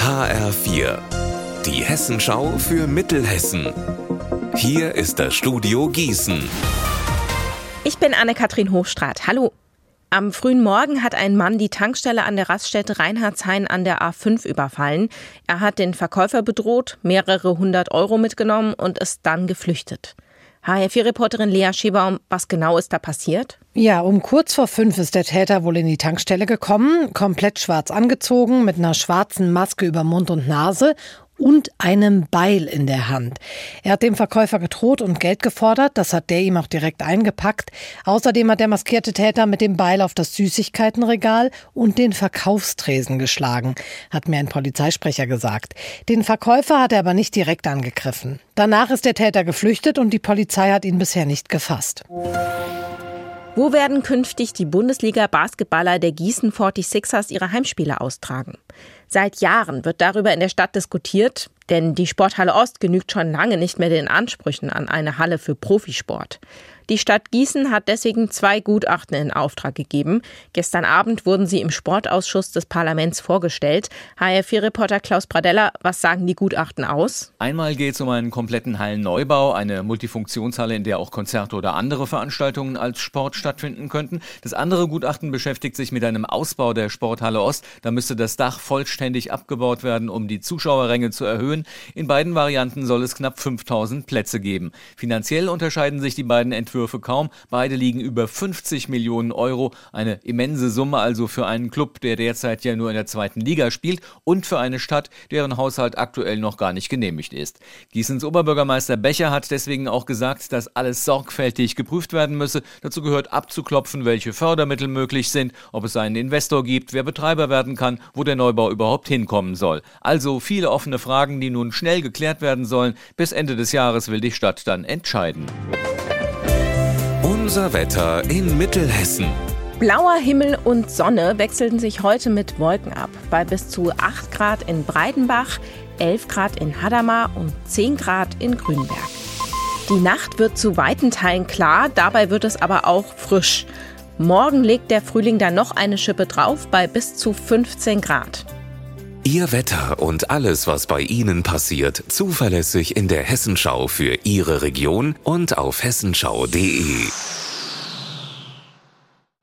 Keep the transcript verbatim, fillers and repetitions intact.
H R vier, die Hessenschau für Mittelhessen. Hier ist das Studio Gießen. Ich bin Anne-Kathrin Hochstraat. Hallo. Am frühen Morgen hat ein Mann die Tankstelle an der Raststätte Reinhardshain an der A fünf überfallen. Er hat den Verkäufer bedroht, mehrere hundert Euro mitgenommen und ist dann geflüchtet. H R vier-Reporterin Lea Schebaum, was genau ist da passiert? Ja, um kurz vor fünf ist der Täter wohl in die Tankstelle gekommen, komplett schwarz angezogen, mit einer schwarzen Maske über Mund und Nase und einem Beil in der Hand. Er hat dem Verkäufer gedroht und Geld gefordert, das hat der ihm auch direkt eingepackt. Außerdem hat der maskierte Täter mit dem Beil auf das Süßigkeitenregal und den Verkaufstresen geschlagen, hat mir ein Polizeisprecher gesagt. Den Verkäufer hat er aber nicht direkt angegriffen. Danach ist der Täter geflüchtet und die Polizei hat ihn bisher nicht gefasst. Wo werden künftig die Bundesliga-Basketballer der Gießen forty-sixers ihre Heimspiele austragen? Seit Jahren wird darüber in der Stadt diskutiert, denn die Sporthalle Ost genügt schon lange nicht mehr den Ansprüchen an eine Halle für Profisport. Die Stadt Gießen hat deswegen zwei Gutachten in Auftrag gegeben. Gestern Abend wurden sie im Sportausschuss des Parlaments vorgestellt. H R vier-Reporter Klaus Bradella, was sagen die Gutachten aus? Einmal geht es um einen kompletten Hallenneubau, eine Multifunktionshalle, in der auch Konzerte oder andere Veranstaltungen als Sport stattfinden könnten. Das andere Gutachten beschäftigt sich mit einem Ausbau der Sporthalle Ost. Da müsste das Dach vollständig abgebaut werden, um die Zuschauerränge zu erhöhen. In beiden Varianten soll es knapp fünftausend Plätze geben. Finanziell unterscheiden sich die beiden Entwürfe kaum. Beide liegen über fünfzig Millionen Euro. Eine immense Summe also für einen Club, der derzeit ja nur in der zweiten Liga spielt und für eine Stadt, deren Haushalt aktuell noch gar nicht genehmigt ist. Gießens Oberbürgermeister Becher hat deswegen auch gesagt, dass alles sorgfältig geprüft werden müsse. Dazu gehört abzuklopfen, welche Fördermittel möglich sind, ob es einen Investor gibt, wer Betreiber werden kann, wo der Neubau überhaupt hinkommen soll. Also viele offene Fragen, die nun schnell geklärt werden sollen. Bis Ende des Jahres will die Stadt dann entscheiden. Unser Wetter in Mittelhessen. Blauer Himmel und Sonne wechselten sich heute mit Wolken ab. Bei bis zu acht Grad in Breidenbach, elf Grad in Hadamar und zehn Grad in Grünberg. Die Nacht wird zu weiten Teilen klar, dabei wird es aber auch frisch. Morgen legt der Frühling dann noch eine Schippe drauf bei bis zu fünfzehn Grad. Ihr Wetter und alles, was bei Ihnen passiert, zuverlässig in der Hessenschau für Ihre Region und auf hessenschau punkt de.